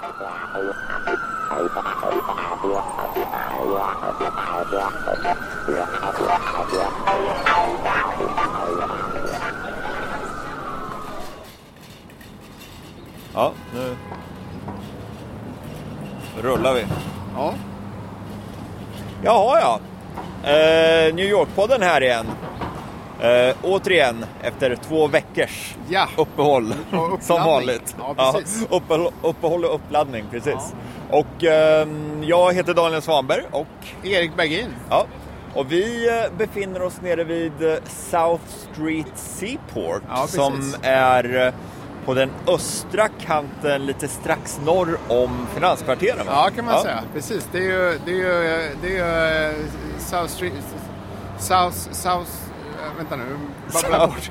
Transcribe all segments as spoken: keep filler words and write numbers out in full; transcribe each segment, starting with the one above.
Ja, nu rullar vi. Ja. Jaha, ja. Eh, New York-podden här igen. Eh, återigen, efter två veckors ja. uppehåll. Som vanligt. Ja, precis. Ja, uppehåll, uppehåll och uppladdning, precis. Ja. Och eh, jag heter Daniel Svanberg och Erik Bergin. Ja. Och vi befinner oss nere vid South Street Seaport, ja, som är på den östra kanten lite strax norr om Finanskvarteren. Ja, kan man ja. säga. Precis. Det är ju, det är ju, det är ju South Street South South vänta nu. Babbla bort.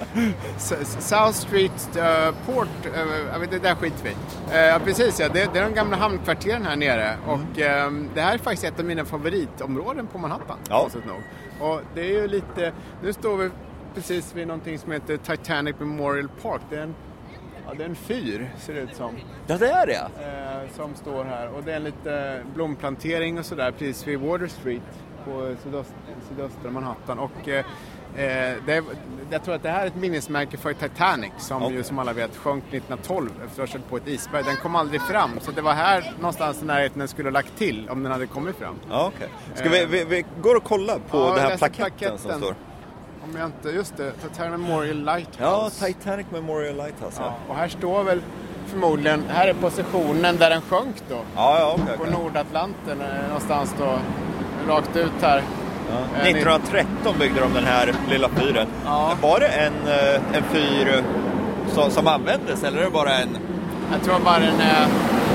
South Street uh, Port uh, jag vet inte, där skiter vi. Ja, uh, precis ja. Det, det är de gamla hamnkvarteren här nere mm. och um, det här är faktiskt ett av mina favoritområden på Manhattan. Ja. Nog. Och det är ju lite, nu står vi precis vid någonting som heter Titanic Memorial Park. Det är en Ja, det är en fyr, ser det ut som. Ja, det är det. Eh, som står här. Och det är en lite blomplantering och sådär precis vid Water Street på sydöst, sydöstra Manhattan. Och eh, det är, jag tror att det här är ett minnesmärke för Titanic som okay. ju som alla vet sjönk nittonhundratolv efter att ha kört på ett isberg. Den kom aldrig fram, så det var här någonstans i närheten den skulle ha lagt till om den hade kommit fram. Ja, okej. Okay. Ska vi, vi, vi går och kolla på ja, den här plaketten, plaketten som står? Om jag inte, just det, Titanic Memorial Lighthouse. Ja, Titanic Memorial Lighthouse. Ja. Ja, och här står väl förmodligen, här är positionen där den sjönk då. Ja, ja, okay, på okay. Nordatlanten någonstans då, rakt ut här. Ja. nittonhundratretton byggde de den här lilla fyren. Ja. Var det en, en fyr som, som användes eller är det bara en? Jag tror bara den är...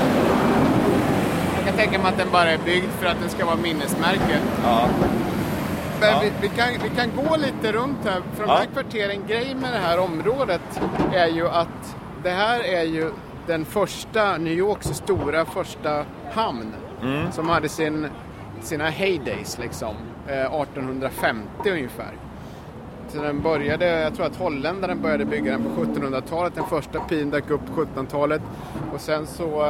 Jag kan tänka mig att den bara är byggd för att den ska vara minnesmärke. Ja. Men ja. vi, vi, kan, vi kan gå lite runt här. För de här ja. kvarteren, grejen med det här området är ju att det här är ju den första, New Yorks stora första hamn mm. som hade sin, sina heydays liksom, eh, artonhundrafemtio ungefär. Så den började, jag tror att holländaren började bygga den på sjuttonhundratalet. Den första pin dök upp på sjuttonhundratalet och sen så,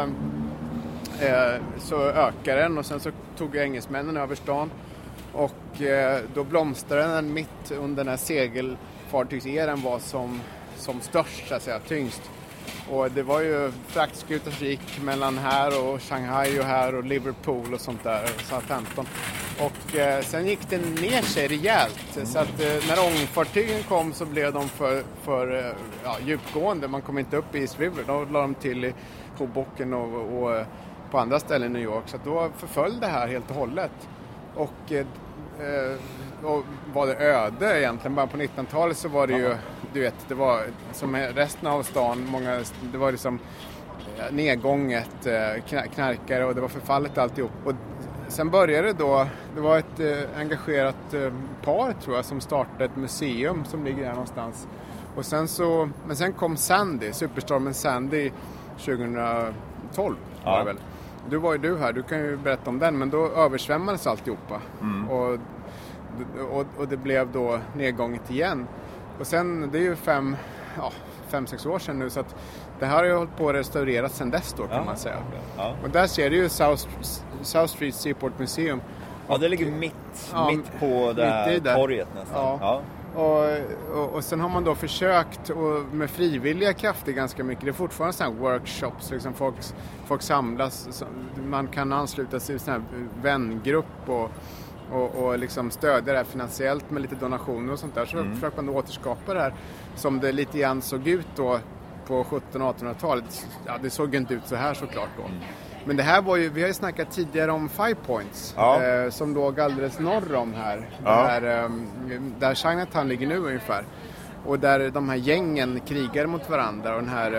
eh, så ökade den och sen så tog engelsmännen över stan. Och eh, då blomstrade den mitt under när segelfartygseran var som, som störst, så att säga, tyngst. Och det var ju fraktskutrafik mellan här och Shanghai och här och Liverpool och sånt där, femton. Och eh, sen gick det ner sig rejält. Så att eh, när ångfartygen kom så blev de för, för eh, ja, djupgående. Man kom inte upp i East River, då la de till i Hoboken och, och på andra ställen i New York. Så att då förföll det här helt och hållet. Och, eh, och var det öde egentligen. Bara på nittonhundratalet så var det ju, du vet, det var som resten av stan, många, det var liksom nedgånget, knarkare och det var förfallet alltihop. Och sen började det då, det var ett eh, engagerat eh, par tror jag som startade ett museum som ligger här någonstans. Och sen så, men sen kom Sandy, superstormen Sandy tjugotolv var det väl. Du var ju du här, du kan ju berätta om den, men då översvämmades alltihopa. Mm. Och, och, och det blev då nedgånget igen. Och sen, det är ju fem, ja, fem, sex år sedan nu, så att det här har ju hållit på att restaureras sedan dess då, kan ja, man säga. Ja. Och där ser du ju South, South Street Seaport Museum. Ja, det ligger mitt, ja, mitt på det här där. torget nästan. Ja. Ja. Och, och, och sen har man då försökt och med frivilliga krafter ganska mycket. Det är fortfarande sådana här workshops, liksom folk, folk samlas, man kan ansluta sig till en vängrupp och, och, och liksom stödja det här finansiellt med lite donationer och sånt där. Så mm. försöker man då återskapa det här som det lite grann såg ut då på sjuttonhundra- och artonhundratalet. Ja, det såg inte ut så här såklart då. Mm. Men det här var ju, vi har ju snackat tidigare om Five Points, ja. eh, som låg alldeles norr om här, ja. där, eh, där Chinatown ligger nu ungefär. Och där de här gängen krigar mot varandra och den här,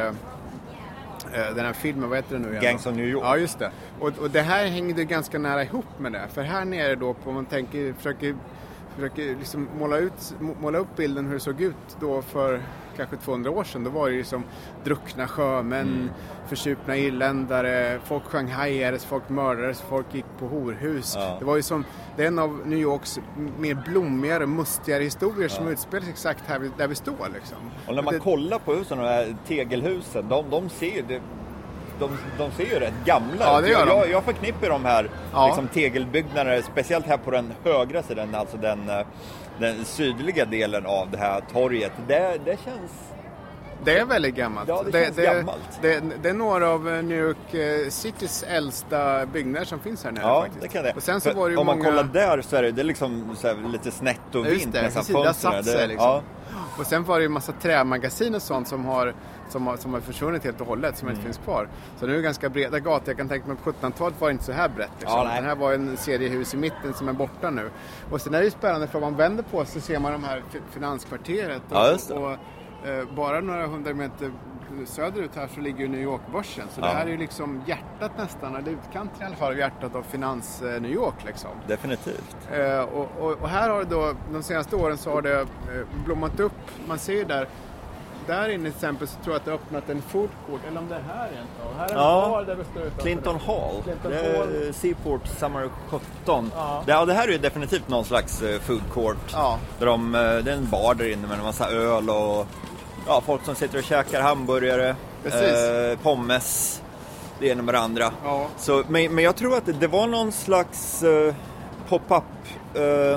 eh, den här filmen, vad heter det nu igen? Gangs of New York. Ja, just det. Och, och det här hängde ganska nära ihop med det. För här nere då, på, man tänker, försöker, försöker liksom måla, ut, måla upp bilden hur det såg ut då för kanske tvåhundra år sedan. Då var det ju som druckna sjömän, mm. försupna irländare, folk shanghaiades, folk mördades, folk gick på horhus. Ja. Det var ju som, det är en av New Yorks mer blommigare, mustigare historier, ja. som utspelas exakt här där vi står liksom. Och när man det, kollar på husen, de här tegelhusen, de, de ser det, de, de ser ju rätt gamla. Ja, det gör jag, de. jag, jag förknippar de här ja. liksom, tegelbyggnaderna, speciellt här på den högra sidan, alltså den, den sydliga delen av det här torget. Det, det känns... Det är väldigt gammalt. Ja, det, det känns det, gammalt. Det, det, det är några av New York Citys äldsta byggnader som finns här nere. Ja, faktiskt. det kan det. Och sen så var det ju om många... man kollar där så är det, det är liksom så här lite snett och vint. Just det, precis. Satt sig liksom. Ja. Och sen var det ju en massa trämagasin och sånt som har, som har, som har försvunnit helt och hållet, som mm. inte finns kvar. Så nu är det ganska breda gator. Jag kan tänka mig på sjuttonhundratalet var det inte så här brett. Liksom. Ja, den här var en serie hus i mitten som är borta nu. Och sen är det ju spännande, för om man vänder på så ser man de här finanskvarteret. Och, ja, just det. och, och eh, bara några hundra meter söderut här så ligger ju New York-börsen. Så ja. Det här är ju liksom hjärtat nästan, eller utkanten i alla fall, hjärtat av finans eh, New York liksom. Definitivt. Eh, och, och, och här har det då, de senaste åren så har det eh, blommat upp. Man ser ju där, där inne till exempel så tror jag att det har öppnat en food court, eller om det är här egentligen. Här är ja. en bar där vi står utanför. Clinton Hall. Clinton det är Hall. Seaport Summer sjutton. Ja. Det, ja, det här är ju definitivt någon slags uh, food court. Ja. Där de, uh, det är en bar där inne med en massa öl och ja, folk som sitter och käkar hamburgare, uh, pommes, det ena med det andra. Ja. Så, men, men jag tror att det, det var någon slags uh, pop-up uh,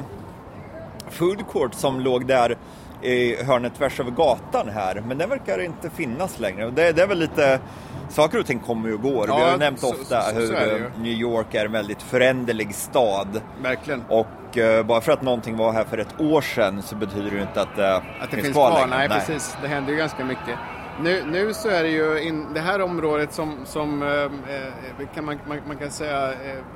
food court som låg där i hörnet tvärs över gatan här, men den verkar inte finnas längre. Det, det är väl lite, saker och ting kommer ju och går. Ja, vi har ju nämnt så, ofta så, så, hur så New York är en väldigt föränderlig stad. Verkligen. Och uh, bara för att någonting var här för ett år sedan så betyder det ju inte att, uh, att det finns, finns kvar kvar. längre. Nej, Nej, precis. Det händer ju ganska mycket. Nu, nu så är det ju in, det här området som, som eh, kan man, man, man kan säga eh, eh,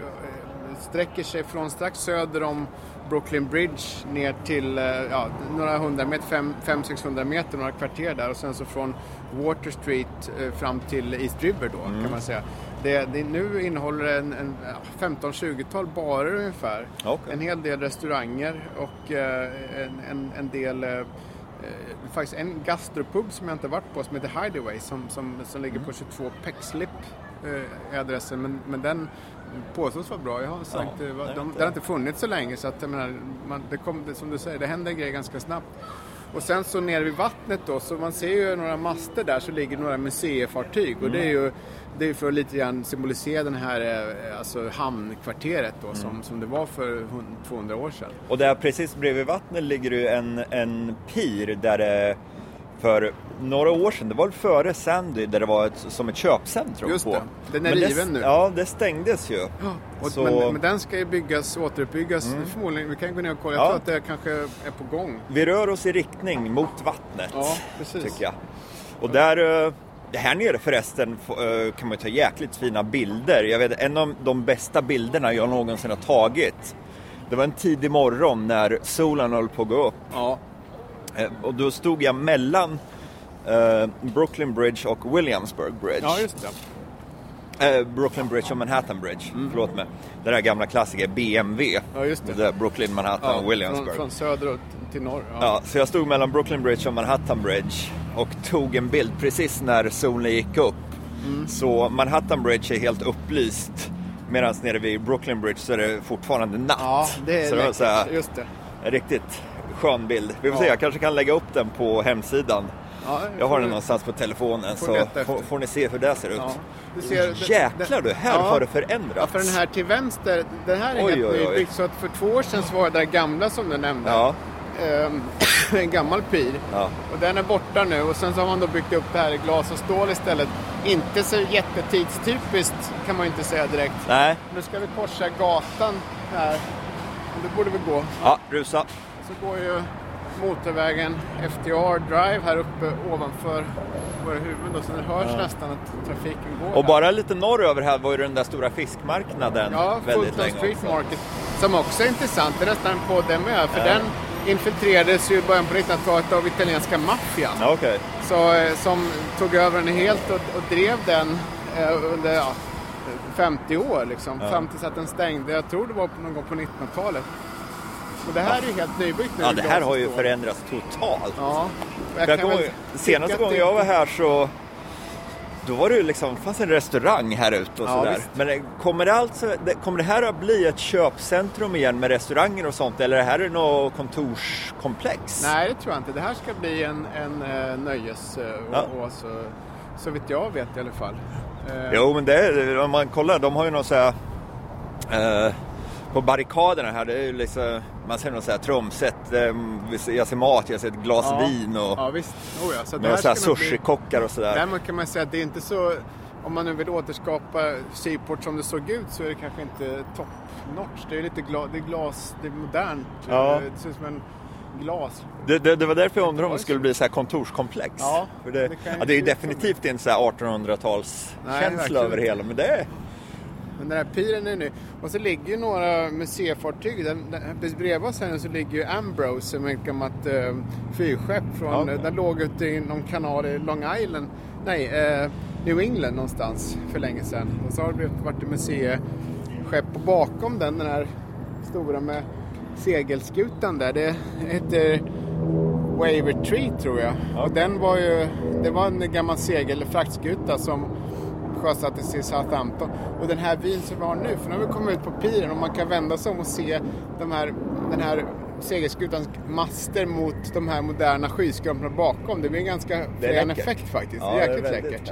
sträcker sig från strax söder om Brooklyn Bridge ner till ja, några hundra meter, fem till sexhundra meter, några kvarter där, och sen så från Water Street eh, fram till East River då, mm. kan man säga. Det, det nu innehåller en, en femton till tjugo-tal barer ungefär. Okay. En hel del restauranger och eh, en, en, en del eh, faktiskt en gastropub som jag inte varit på som heter Hideaway som, som, som ligger på tjugotvå Pexlip eh, adressen, men, men den påstås vara bra. Jag har sagt, ja, de, de, det har inte funnits så länge, så att jag menar, man, det kom, det, som du säger, det händer grejer ganska snabbt. Och sen så nere vid vattnet då, så man ser ju några master där, så ligger några museifartyg, och mm. det är ju det är för att lite grann symbolisera den här alltså hamnkvarteret då, mm. som, som det var för tvåhundra år sedan. Och där precis bredvid vattnet ligger ju en, en pir där det för några år sedan, det var före Sandy, där det var ett, som ett köpcentrum. Just på. det, den är men riven det, nu. Ja, det stängdes ju. Ja, och, så... men, men den ska ju byggas, återuppbyggas mm. förmodligen. Vi kan gå ner och kolla, jag ja. tror att det kanske är på gång. Vi rör oss i riktning mot vattnet, ja, precis. tycker jag. Och där, här nere förresten kan man ta jäkligt fina bilder. Jag vet, en av de bästa bilderna jag någonsin har tagit, det var en tidig morgon när solen höll på att gå upp. Ja. Och då stod jag mellan Uh, Brooklyn Bridge och Williamsburg Bridge. Ja, just det. Uh, Brooklyn Bridge och Manhattan Bridge. Mm. Förlåt mig. Det där gamla klassiker B M W. Ja, just det. det Brooklyn, Manhattan ja, och Williamsburg. Från, från söder till norr. Ja. ja, så jag stod mellan Brooklyn Bridge och Manhattan Bridge och tog en bild precis när solen gick upp. Mm. Så Manhattan Bridge är helt upplyst, medan nere vid Brooklyn Bridge så är det fortfarande natt. Ja, det är så det så här, just det. En riktigt skön bild. Vi får ja. se, jag kanske kan lägga upp den på hemsidan. Ja, jag har den någonstans på telefonen, så får, får ni se hur det ser ut. Ja, du ser, jäklar du, här ja, har det förändrats. Ja, för den här till vänster, den här är oj, helt nybyggt, så att för två år sedan så var det där gamla som du nämnde. Ja. Um, en gammal pir. Ja. Och den är borta nu, och sen så har man då byggt upp det här i glas och stål istället. Inte så jättetidstypiskt kan man ju inte säga direkt. Nej. Nu ska vi korsa gatan här. Och det borde vi gå. Ja, rusa. Så går ju motorvägen F D R Drive här uppe ovanför våra huvuden då, så det hörs ja. nästan att trafiken går. Och här. Bara lite norröver här var ju den där stora fiskmarknaden ja, väldigt länge. Ja, Street Market, som också är intressant. Det är nästan på den med, för ja. den infiltrerades ju i början på nittonhundratalet av italienska maffian. Ja, okay. Så, som tog över den helt och, och drev den eh, under ja, femtio år liksom, ja. fram tills att den stängde. Jag tror det var någon gång på nittonhundratalet. Och det här ja. är ju helt nybyggt nu. Ja, det här har ju förändrats totalt. Ja. Jag jag kommer, senaste gången jag var här så då var det ju liksom, fanns en restaurang här ute och ja, sådär. Visst. Men kommer det, alltså, kommer det här att bli ett köpcentrum igen med restauranger och sånt? Eller är det här något kontorskomplex? Nej, det tror jag inte. Det här ska bli en, en uh, nöjes uh, ja. och, och så, så vitt jag vet i alla fall. Eh. Jo, men det är, om man kollar, de har ju något så här... Eh, på barrikaderna här, det är ju liksom, man ser något så här trumset, eh, jag ser mat, jag ser ett glas ja. vin och ja, visst. Oh ja, så med så här sushi-kockar och sådär. Därmed kan man säga att det är inte så, om man nu vill återskapa Seaport som det såg ut, så är det kanske inte top notch. Det är lite glas, det är glas, det är modernt. Ja. Det ser ut som en glas. Det, det, det var därför jag undrade om det skulle bli så här kontorskomplex. Ja, för det, det, ja, det är ju definitivt inte så här artonhundratals känsla över hela, men det är... Men den här piren är ny. Och så ligger ju några museifartyg. Den, den, bredvid oss här så ligger ju Ambrose, som är ett gammalt eh, fyrskepp från, okay. Den låg ute i någon kanal i Long Island, nej, eh, New England någonstans för länge sedan. Och så har det varit ett museiskepp, och bakom den, den här stora med segelskutan där, det heter Waver Tree tror jag. Okay. Och den var ju, det var en gammal segel- fraktskuta som sjösattes i Southampton. Och den här vyn som vi har nu, för nu har vi kommit ut på piren och man kan vända sig om och se de här, den här segelskutans master mot de här moderna skyskraporna bakom. Det blir en ganska frän effekt faktiskt. Ja, det är jäkligt läckert.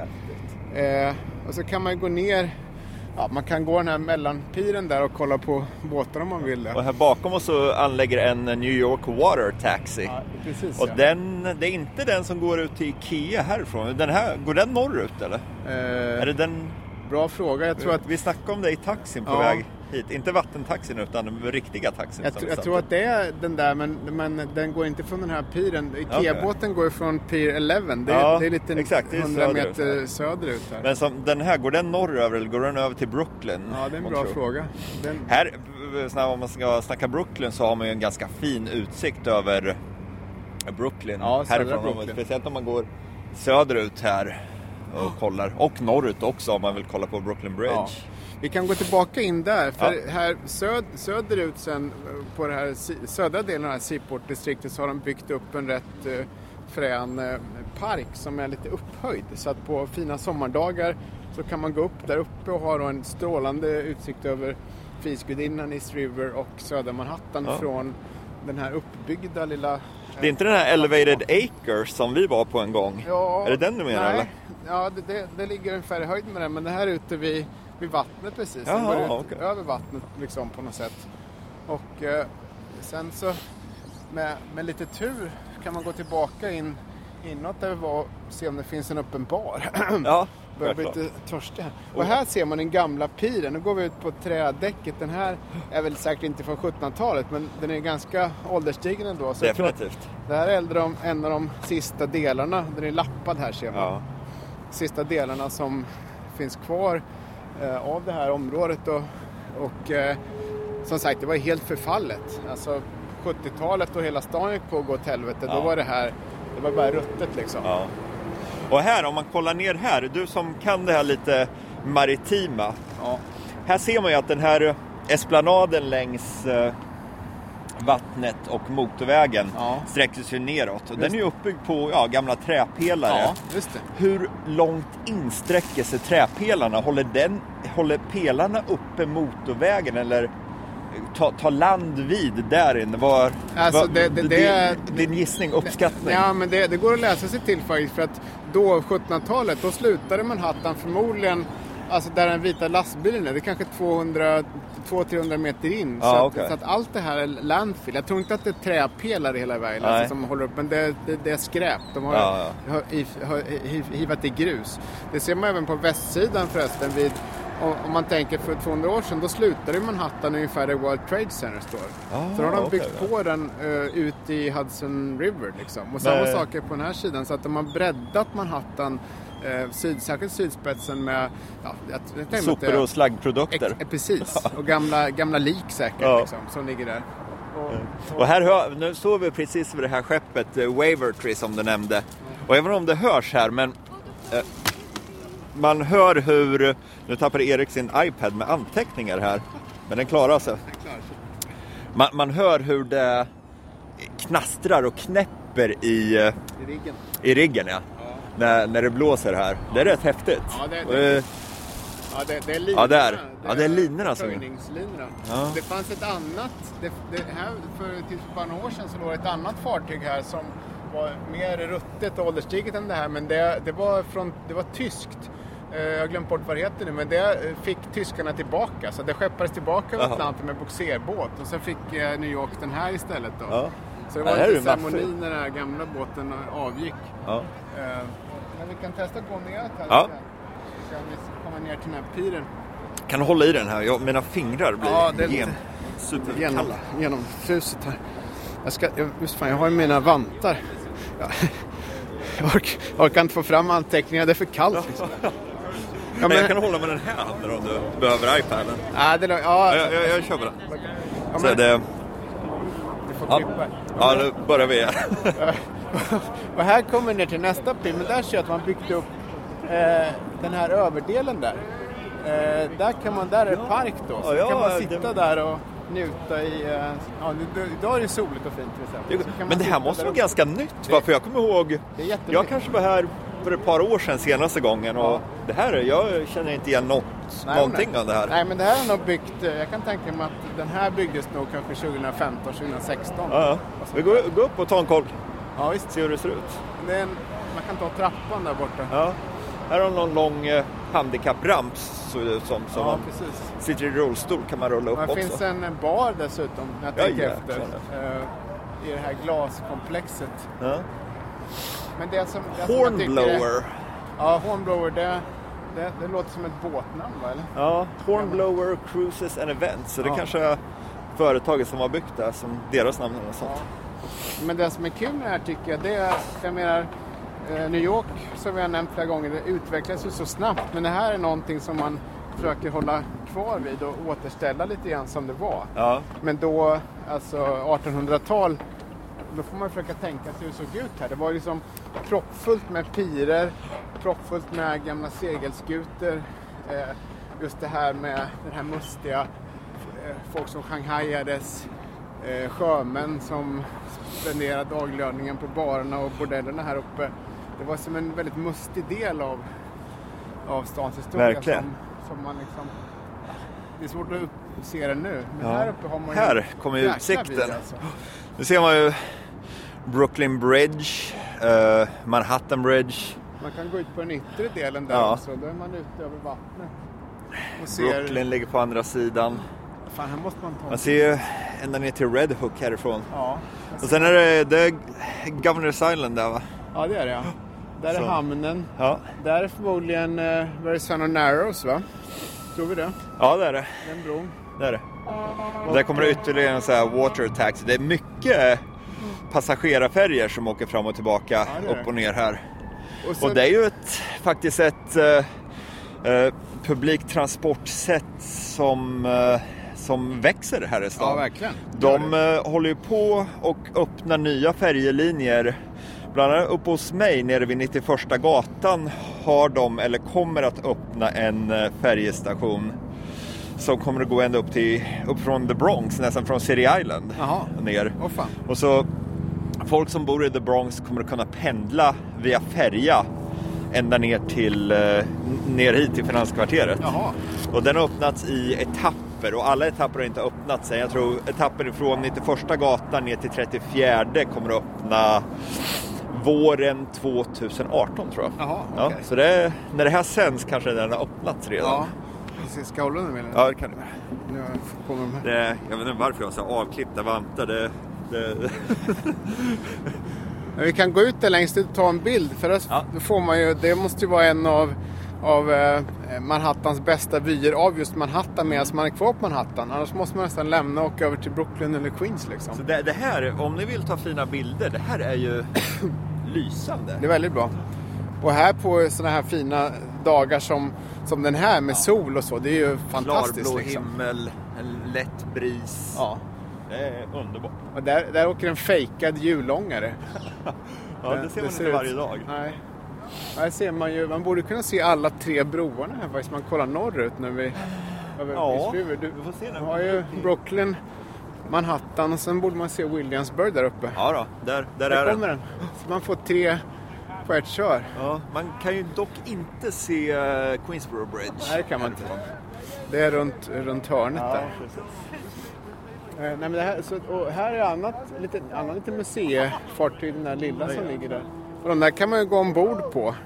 Eh, och så kan man gå ner, ja, man kan gå den här mellanpiren där och kolla på båtar om man vill det. Och här bakom oss så anlägger en New York Water Taxi. Ja, precis, och ja. den, det är inte den som går ut till Ikea härifrån. Den här, går den norrut eller? Eh, är det den... Bra fråga. Jag tror att... Vi snackade om det i taxin på ja. väg hit. Inte vattentaxin utan den riktiga taxin. Jag, tr- jag tror att det är den där, men, men den går inte från den här piren. Ikea-båten okay. går från Pier elva. Det är, ja, det är lite exakt, det är hundra söderut. meter söderut här. Men som, den här, går den norröver eller går den över till Brooklyn? Ja, det är en bra fråga. Den... Här, om man ska snacka Brooklyn, så har man ju en ganska fin utsikt över Brooklyn. Ja, härifrån, Brooklyn. Speciellt om man går söderut här och kollar. Och norrut också om man vill kolla på Brooklyn Bridge. Ja. Vi kan gå tillbaka in där. För ja. här söd, söderut sen på den här södra delen av det här Seaport-distriktet så har de byggt upp en rätt uh, frän uh, park som är lite upphöjd. Så att på fina sommardagar så kan man gå upp där uppe och ha en strålande utsikt över Fisgudinnan, East River och södra Manhattan ja. från den här uppbyggda lilla... Det är inte den här Elevated Acres som vi var på en gång? Ja, är det den du menar? Nej, eller? ja det, det, det ligger ungefär i höjd med den, men det här är ute vid, vid vattnet precis. Jaha, den går ut okay. över vattnet liksom på något sätt. Och eh, sen så med, med lite tur kan man gå tillbaka in inåt där vi var och se om det finns en öppen bar. Ja. Börjar bli lite törstig här. Och här ser man den gamla piren. Nu går vi ut på trädäcket. Den här är väl säkert inte från sjuttonhundratalet, men den är ganska ålderstigen ändå. Så definitivt. Det här är äldre, en av de sista delarna. Den är lappad här ser man. Ja. Sista delarna som finns kvar eh, av det här området. Och, och eh, som sagt, det var helt förfallet. Alltså sjuttiotalet och hela stan gick på att gå åt helvete. Ja. Då var det här, det var bara ruttet liksom. Ja. Och här, om man kollar ner här, du som kan det här lite maritima. Ja. Här ser man ju att den här esplanaden längs eh, vattnet och motorvägen ja. sträcker sig neråt. Och den är ju uppbyggd på ja, gamla träpelare. Ja, just det. Hur långt insträcker sig träpelarna? Håller, den, håller pelarna uppe motorvägen eller ta, ta land vid där inne? Var, alltså, var, det, det, din, det, din gissning, uppskattning? Ja, men det, det går att läsa sig till faktiskt, för att då, sjuttonhundratalet, då slutade Manhattan förmodligen, alltså där den vita lastbilen är, det är kanske tvåhundra till trehundra meter in. Ah, så, okay. att, så att allt det här är landfill. Jag tror inte att det är träpelare hela vägen alltså, som håller upp, men det, det, det är skräp. De har, ja, ja. har, har, har hivat i grus. Det ser man även på västsidan förresten. Vid, om man tänker för tvåhundra år sedan, då slutade Manhattan ungefär där World Trade Center står. Ah, så då har de byggt okay, på den uh, ut i Hudson River liksom. Och samma Men... sak är på den här sidan. Så att de har breddat Manhattan, Eh, syd, särskilt sydspetsen med ja, jag, jag sopor och slaggprodukter. Ex, eh, precis, och gamla, gamla lik säkert ja. liksom, som ligger där. Och, och, och här hör, nu står vi precis vid det här skeppet uh, Waver Tree som du nämnde. Och även om det hörs här, men uh, man hör hur, nu tappar Erik sin iPad med anteckningar här, men den klarar sig. Man, man hör hur det knastrar och knäpper i, uh, i riggen. I riggen ja. När, när det blåser här. Det är rätt häftigt. Ja, det, det, ja, det, det är linorna. Ja, det är, ja, det är linorna. Försörjningslinorna. Ja. Det fanns ett annat, det, det här för till bara några år sedan så låg ett annat fartyg här som var mer ruttet och ålderstiget än det här. Men det, det, var, från, det var tyskt. jag har glömt bort vad det heter nu, men det fick tyskarna tillbaka. Så det skeppades tillbaka över Atlanten med bogserbåt. Och sen fick New York den här istället då. Ja. Så det var ja, lite ceremoni när den här gamla båten avgick. Ja. Men vi kan testa att gå ner här. Ja. Så vi kommer ner till den här piren. Kan du hålla i den här? Jag, mina fingrar blir ja, det är gen, superkalla. Genom, genom fruset här. Jag, ska, jag, just fan, jag har ju mina vantar. Ja. Jag, ork, jag orkar inte få fram anteckningar, det är för kallt. Liksom. Ja, men, men jag kan hålla med den här handen om du behöver iPaden. Ja, det, ja, ja, jag, jag, jag köper den. Ja, så men, det... Ja, ja, nu börjar vi här. Och här kommer vi ner till nästa pin, men där ser jag att man byggt upp eh, den här överdelen där. Eh, där kan man, där är park då, så ja, ja, kan man sitta det... där och njuta i, eh, ja, idag är det soligt och fint till exempel. Men det här måste vara och... ganska nytt, va? För jag kommer ihåg, jag kanske var här för ett par år sedan senaste gången och ja. det här, jag känner inte igen något, nej, någonting nej. av det här. Nej, men det här är nog byggt, jag kan tänka mig att den här byggdes nog kanske tjugohundrafemton tjugohundrasexton. Ja, ja. Vi går, går upp och tar en koll. Ja, visst. Se hur det ser ut. Det är en, man kan ta trappan där borta. Ja. Här har någon lång eh, handikappramp som, som ja, man precis. Sitter i rullstol kan man rulla upp också. Det finns en bar dessutom, när jag tänker ja, efter, uh, i det här glaskomplexet. Ja. Men det som, det Hornblower. Som är, ja, Hornblower, det, det, det låter som ett båtnamn, va? Eller? Ja, Hornblower Cruises and Events. Så det ja. kanske är företaget som har byggt det, som deras namn eller sånt. Ja. Men det som är kul med det här tycker jag, det är, jag menar, New York, som vi har nämnt flera gånger, det utvecklas ju så snabbt. Men det här är någonting som man försöker hålla kvar vid och återställa lite grann som det var. Ja. Men då, alltså artonhundratal, då får man försöka tänka sig hur det såg ut här. Det var liksom proppfullt med pirer, proppfullt med gamla segelskuter. Just det här med den här mustiga, folk som shanghajades, sjömän som spenderade daglöningen på barerna och bordellerna här uppe. Det var som en väldigt mustig del av, av stans historia. Verkligen. Som, som man liksom, det är svårt att se det nu. Men ja. här uppe har man här kommer ju utsikten. Alltså. Nu ser man ju Brooklyn Bridge, uh, Manhattan Bridge. Man kan gå ut på den yttre delen där ja. också. Då är man ute över vattnet. Och ser... Brooklyn ligger på andra sidan. Fan, här måste man ta man ser ju ända ner till Red Hook härifrån. Ja. Och sen är det, det är Governor's Island där, va? Ja, det är det, ja. Där så. är hamnen. Ja. Där är förmodligen uh, Very Sun of Narrows, va? Tror vi det? Ja, det är det. Den bron. Det är det. Och där kommer det ytterligare en sån här water taxi. Det är mycket passagerarfärger som åker fram och tillbaka, ja, det upp och ner här. Och, så... och det är ju ett, faktiskt ett uh, uh, publiktransportsätt som... Uh, som växer här i stan. Ja, verkligen. De uh, håller ju på och öppnar nya färjelinjer. Bland annat uppe hos mig nere vid nittioförsta gatan har de, eller kommer att öppna en uh, färjestation som kommer att gå ända upp till upp från The Bronx, nästan från City Island. Jaha. Ner. Oh, fan. Och så folk som bor i The Bronx kommer att kunna pendla via färja ända ner till uh, ner hit till Finanskvarteret. Jaha. Och den har öppnats i etapper och alla etapper har inte öppnat sig. Jag tror etappen från nittioförsta gatan ner till trettiofjärde kommer att öppna våren tjugoarton, tror jag. Jaha, ja, okay. Så det, när det här sänds kanske den har öppnats redan. Ja, precis. Ska jag hålla den med? Ja, det kan du. Jag, kommer med. Det, jag vet inte varför jag har så avklippta vantar. Det, det... Vi kan gå ut där längst ut och ta en bild. För det, ja. får man ju, det måste ju vara en av, av eh, Manhattans bästa vyer av just Manhattan medan man är kvar på Manhattan. Annars måste man nästan lämna och åka över till Brooklyn eller Queens. Liksom. Så det, det här, om ni vill ta fina bilder, det här är ju lysande. Det är väldigt bra. Och här på sådana här fina dagar som, som den här med sol och så, det är ju fantastiskt. Klarblå liksom. himmel, en lätt bris. Ja. Det är underbart. Och där, där åker en fejkad julångare. Ja, det ser man det inte varje dag. Nej. Här ser man ju, man borde kunna se alla tre broarna här faktiskt. Man kollar norrut när vi över ja, du, du får se den. Har ju Brooklyn, Manhattan och sen borde man se Williamsburg där uppe. Ja då, där, där, där är kommer den. den. Så man får tre på ett kör. Ja, man kan ju dock inte se Queensboro Bridge. Nej, det kan man inte. Det är runt, runt hörnet ja, där. Precis. Nej, men det här, så, och här är annat lite, annat lite museifartyg, den där lilla som ligger där. Och de där kan man ju gå ombord på.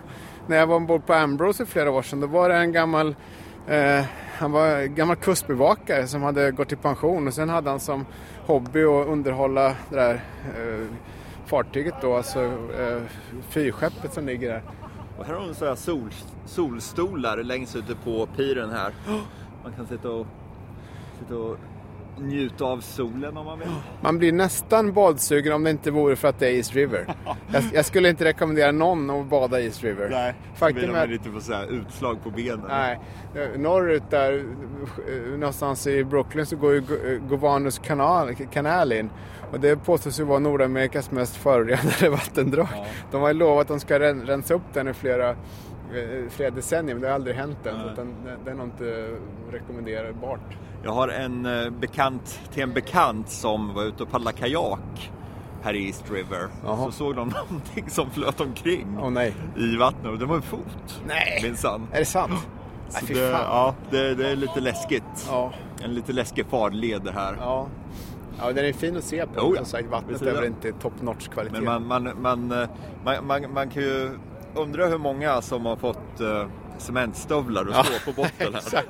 när jag var ombord på Ambrose för flera år sedan, då var det en gammal eh, han var en gammal kustbevakare som hade gått i pension, och sen hade han som hobby att underhålla det där eh, fartyget då, alltså eh, fyrskeppet som ligger där. Och här har de så här sol, solstolar längst ute på piren här. Man kan sitta och, sitta och njuta av solen om man vill. Man blir nästan badsugen om det inte vore för att det är East River. jag, jag skulle inte rekommendera någon att bada East River. Nej, faktum är lite på så här utslag på benen. Nej, norrut där någonstans i Brooklyn så går ju Gowanus kanal, kanal in. Och det påstås ju vara Nordamerikas mest förorenade vattendrag. Ja. De har ju lovat att de ska rensa upp den i flera, flera decennier, men det har aldrig hänt än. Så den, den är nog inte rekommenderbart. Jag har en bekant till en bekant som var ute och paddlade kajak här i East River. Aha. Så såg de någonting som flöt omkring oh, nej. i vattnet, och det var en fot. Nej, minsann. Är det sant? Så nej, det, ja, det, det är lite läskigt. Ja. En lite läskig farled det här. Ja. Ja, den är fin att se på. Oh, ja. Sagt, vattnet är väl inte top-notch kvalitet. Men man, man, man, man, man, man kan ju undra hur många som har fått uh, cementstövlar och stå ja, på botten här.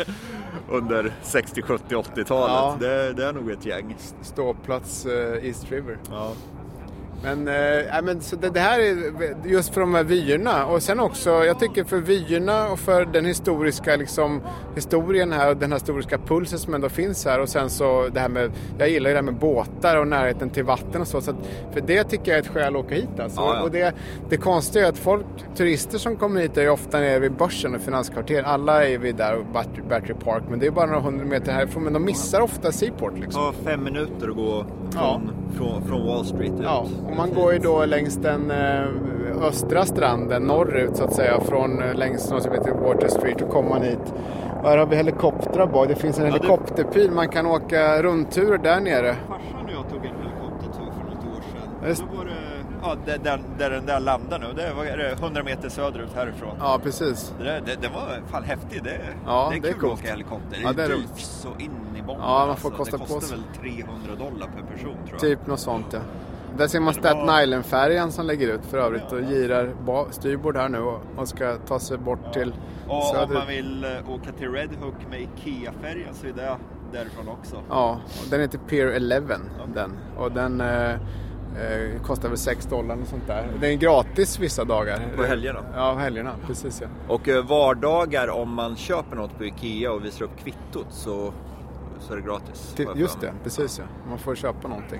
Under sextio, sjuttio, åttio-talet. Ja. Det, det är nog ett gäng. Ståplats uh, East River. Ja. Men, äh, men så det, det här är just för de här vyerna, och sen också, jag tycker för vyerna och för den historiska liksom, historien här och den här historiska pulsen som ändå finns här, och sen så det här med, jag gillar ju det här med båtar och närheten till vatten och så, så att, för det tycker jag är ett skäl att åka hit alltså. Ja, ja. Och det, det konstiga är att folk, turister som kommer hit är ju ofta nere vid Börsen och Finanskvarteren, alla är vi där och Battery, Battery Park, men det är bara några hundra meter härifrån, men de missar ofta Seaport liksom. Ja, fem minuter att gå från, ja. från, från Wall Street ut. Ja. Och man går ju då längs den eh, östra stranden norrut så att säga, från eh, längs något som heter Water Street, och kommer man hit. Och här har vi helikoptrar bak. Det finns en ja, helikopterpil, man kan åka rundturer där nere. Farsan och jag tog en helikoptertur för något år sedan. Just... Då var det, ja, där, där, där den där landar nu. Det var det hundra meter söderut härifrån. Ja, precis. Det, det, det var fan häftigt. Det, ja, det är det kul är coolt. att åka helikopter. Det är, ja, det är dyrt så in i bomben. Ja, man får kosta alltså. på. Det kostar väl trehundra dollar per person, tror jag. Typ något sånt, ja. Där ser man Staten Island-färjan som lägger ut för övrigt och girar styrbord här nu och, och ska ta sig bort till och söder. Om man vill uh, åka till Red Hook med Ikea-färjan så är det därifrån också. Ja, och den heter Pier elva, ja. Den. Och den eh, eh, kostar väl sex dollar och sånt där. Den är gratis vissa dagar. På helgerna? Ja, helgerna, precis ja. Och uh, vardagar om man köper något på Ikea och visar upp kvittot så, så är det gratis. Till, just det, precis ja. Man får köpa någonting.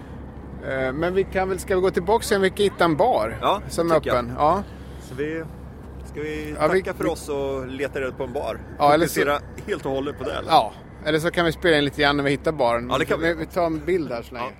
Men vi kan väl, ska vi gå tillbaka sen vi kan hitta en bar ja, som är öppen? Ja. Så vi, ska vi tacka ja, vi, för oss och leta rätt på en bar? Ja, eller så, helt och hållet på det eller? Ja, eller så kan vi spela in lite grann när vi hittar baren. Ja, det kan vi. Vi tar en bild här så länge.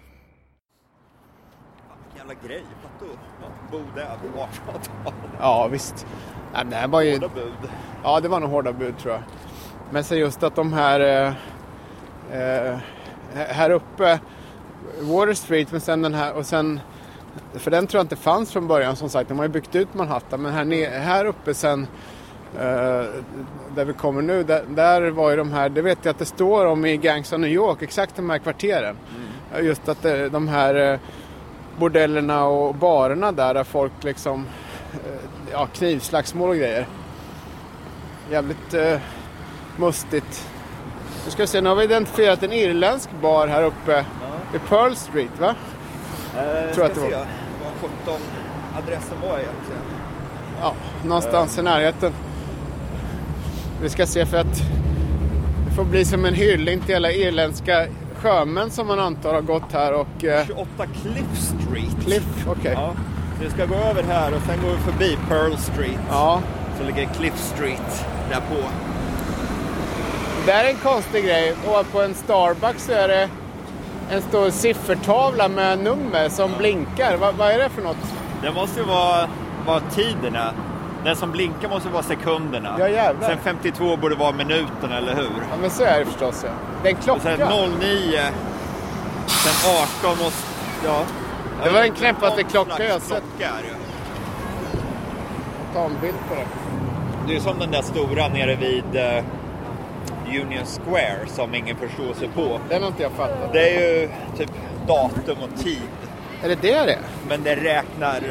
Ja. Jävla grej, fatto. Ja, bo där på artonhundratalet. Ja, visst. Ja, det här var ju... Hårda bud. Ja, det var nog hårda bud tror jag. Men så just att de här... Eh, här uppe... Water Street, men sen den här och sen, för den tror jag inte fanns från början som sagt, de har ju byggt ut Manhattan, men här, ner, här uppe sen uh, där vi kommer nu, där, där var ju de här, det vet jag att det står om i Gangs of New York, exakt de här kvarteren. Mm. Just att det, de här uh, bordellerna och barerna där, där folk liksom uh, ja, knivslagsmål och grejer. Jävligt uh, mustigt. Nu ska vi se, nu har vi identifierat en irländsk bar här uppe. I Pearl Street, va? Eh, tror att det var. Vad sjutton adressen var egentligen. Ja, någonstans uh. i närheten. Vi ska se, för att det får bli som en hyllning till alla irländska sjömän som man antar har gått här och... Eh... tjugoåtta Cliff Street. Cliff, okej. Okay. Ja, så vi ska gå över här och sen går vi förbi Pearl Street. Ja. Så ligger Cliff Street där på. Det är en konstig grej. Och på en Starbucks så är det en stor siffertavla med nummer som blinkar. Va, vad är det för något? Det måste ju vara, vara tiderna. Den som blinkar måste vara sekunderna. Ja, jävlar. Sen femtiotvå borde vara minuten, eller hur? Ja, men så är det förstås. Ja. Det är en klocka. Och sen noll nio. Sen arton måste... Ja. Det var en knäppaste klocka jag sett. Klocka, ja. Ta en bild på det. Det är ju som den där stora nere vid... Uh, Union Square som ingen förstår sig på. Den har inte jag fattat. Det är ju typ datum och tid. Är det det det? Men det räknar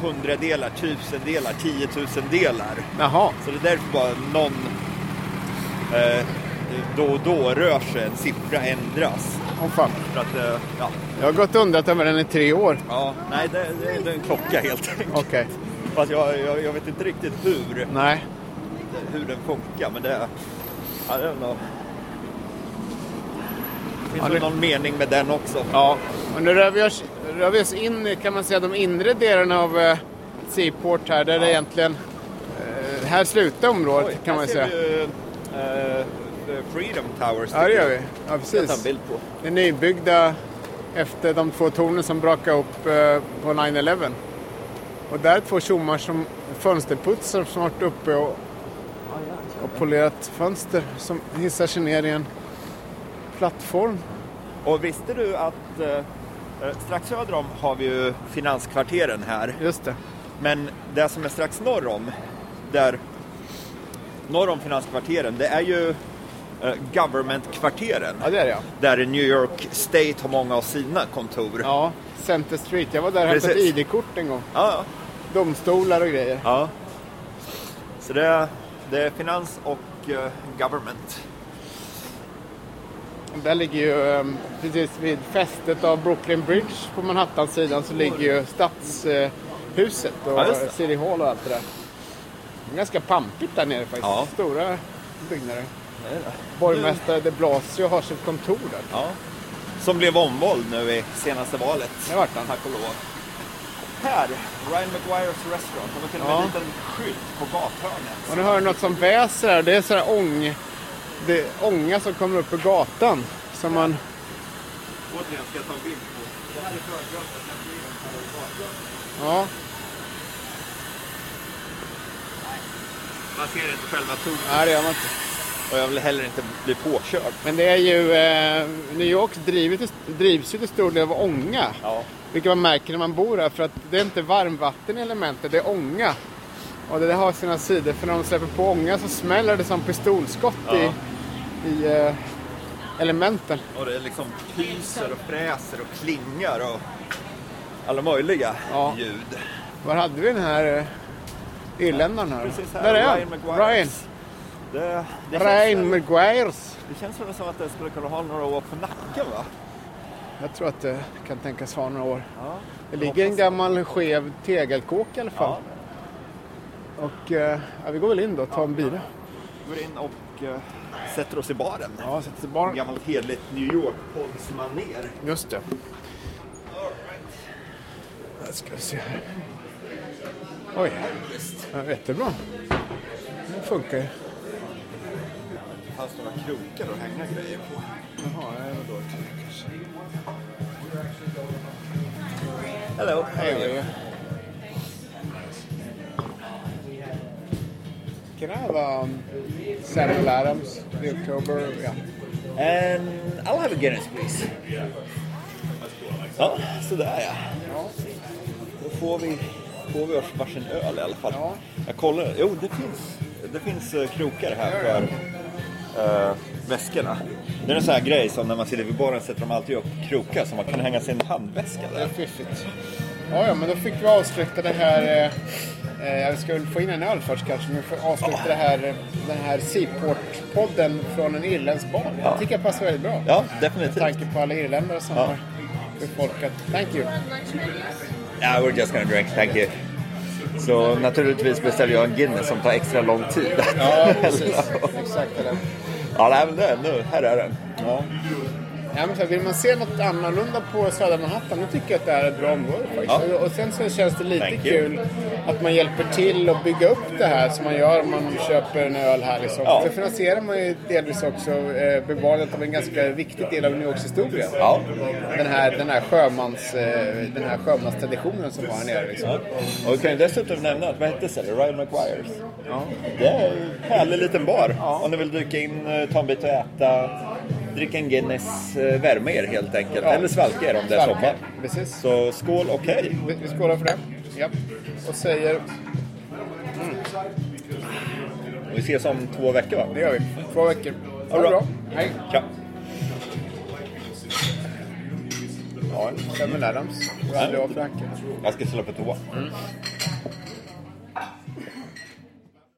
hundradelar, tusendelar, tiotusendelar. Jaha. Så det är därför bara någon eh, då och då rör sig, en siffra ändras. Åh fan. För att, eh, ja. Jag har gått och undrat över den i tre år. Ja, nej det, det, det är en klocka helt enkelt. Okej. Okay. Fast jag, jag, jag vet inte riktigt hur. Nej. Hur den funkar, men det, ja, det är nog... Det finns ja, det... någon mening med den också. Ja, och nu rör vi oss, rör vi oss in, kan man säga, de inre delarna av uh, Seaport här, där ja. det egentligen uh, här slutar området. Oj, kan man säga. Vi, uh, Freedom Towers. Ja, det gör vi. Ja, precis. Jag tar en bild på. Det är nybyggda efter de två tornen som brakade upp uh, på nine eleven. Och där är två tjommar som fönsterputsar som varit uppe och, och polerat fönster som hissar sig ner i en plattform. Och visste du att eh, strax söder om har vi ju finanskvarteren här. Just det. Men det som är strax norr om, där norr om finanskvarteren, det är ju eh, governmentkvarteren. Ja, det är det, ja. Där New York State har många av sina kontor. Ja, Center Street. Jag var där och hämtade ett I D-kort en gång. Ja, ja. Domstolar och grejer. Ja. Så det är, det är finans och uh, government. Där ligger ju um, precis vid fästet av Brooklyn Bridge på Manhattan-sidan så ligger ju stadshuset uh, och ja, City Hall och allt det där. Det är ganska pampigt där nere faktiskt. Ja. Stora byggnader. Det är det. Borgmästare de Blasio har sitt kontor där. Ja. Som blev omvald nu i senaste valet. Det vart han. Tack och lov. Här, Ryan McGuire's Restaurant. De har till och med ja. en liten skylt på gathörnet. Och nu hör du något som väser här. Det är så här ång... Det är ånga som kommer upp på gatan. Som man... Återigen ska jag ta en bild på. Det här är förgrundet. Ja. Man ser inte själva tornet. Nej, det gör man inte. Och jag vill heller inte bli påkörd. Men det är ju... Eh, New York drivs, drivs ju till stor del av ånga. Ja. Vilket man märker när man bor här. För att det är inte varmvatten i elementet, det är ånga. Och det har sina sidor. För när de släpper på ånga så smäller det som pistolskott ja. i, i eh, elementen. Och det är liksom pyser och fräser och klingar och alla möjliga ja. ljud. Var hade vi den här eh, irländaren här? Precis här, där är Ryan McGuire. Ryan, det, det Ryan McGuire's. Det känns som att det skulle kunna ha några år på nacken, va? Jag tror att det kan tänkas ha några år. Ja, det ligger en gammal skev tegelkåk i alla fall. Ja. Och ja, vi går väl in då och tar en bira. Vi går in och uh, sätter oss i baren. Ja, sätter oss i baren. Gammalt hedligt New York-podsmaner. Just det. Jag ska se här. Oj, ja, jättebra. Det funkar ju. Det fanns några krokar att hänga grejer på. Jaha, det är väl då kanske. Hello, how are you? Can I have um, Samuel Adams, the October? Yeah. And I'll have a Guinness, please. Ja, sådär ja. ja. Då får vi, får vi oss varsin öl i alla fall. Ja. Jag kollar, jo det finns, det finns uh, krokar här för uh, väskorna. Det är en sån här grej som när man sitter vid baren sätter de alltid upp krokar så man kan hänga sin handväska där. Det är fiffigt. Ja, ja, men då fick vi avsluta det här... Eh, jag ska väl få in en öl först kanske, men vi får avsluta oh. det här, den här Seaport-podden från en irländsk bar. Ja. Jag tycker det passar väldigt bra. Ja, definitivt. Med tanke på alla irländare som ja. har befolkat. Thank you. Yeah, we're just gonna drink, thank you. Så naturligtvis beställer jag en Guinness som tar extra lång tid. Ja, precis. Exakt det. Ja, det är väl det. Nu, här är den. Ja. Ja, men så vill man se något annorlunda på södra Manhattan, nu tycker jag att det här är ett bra område faktiskt. Ja. Och sen så känns det lite Thank kul you. att man hjälper till att bygga upp det här som man gör om man köper en öl här liksom. Ja. Så finansierar man ju delvis också eh, bevarandet av en ganska viktig del av New Yorks historia. Ja. Den här, den här sjömans eh, den här sjömanstraditionen som var här nere liksom. Ja. Och vi kan ju dessutom nämna att vad hette det? Ryan McGuire's. Ja. Det är en härlig liten bar. Ja. Om du vill dyka in, ta en bit och äta. Dricka en Guinness, äh, värme er helt enkelt. Ja. Eller svalka er om det är sommar. Precis. Så skål, okej. Okay. Vi, vi skålar för det. Ja. Och säger... Mm. Och vi ses om två veckor, va? Det gör vi. Två veckor. Ha det bra. Hej. Tja. Ja, Samuel Adams. Ja. Jag ska ställa på toa. Mm.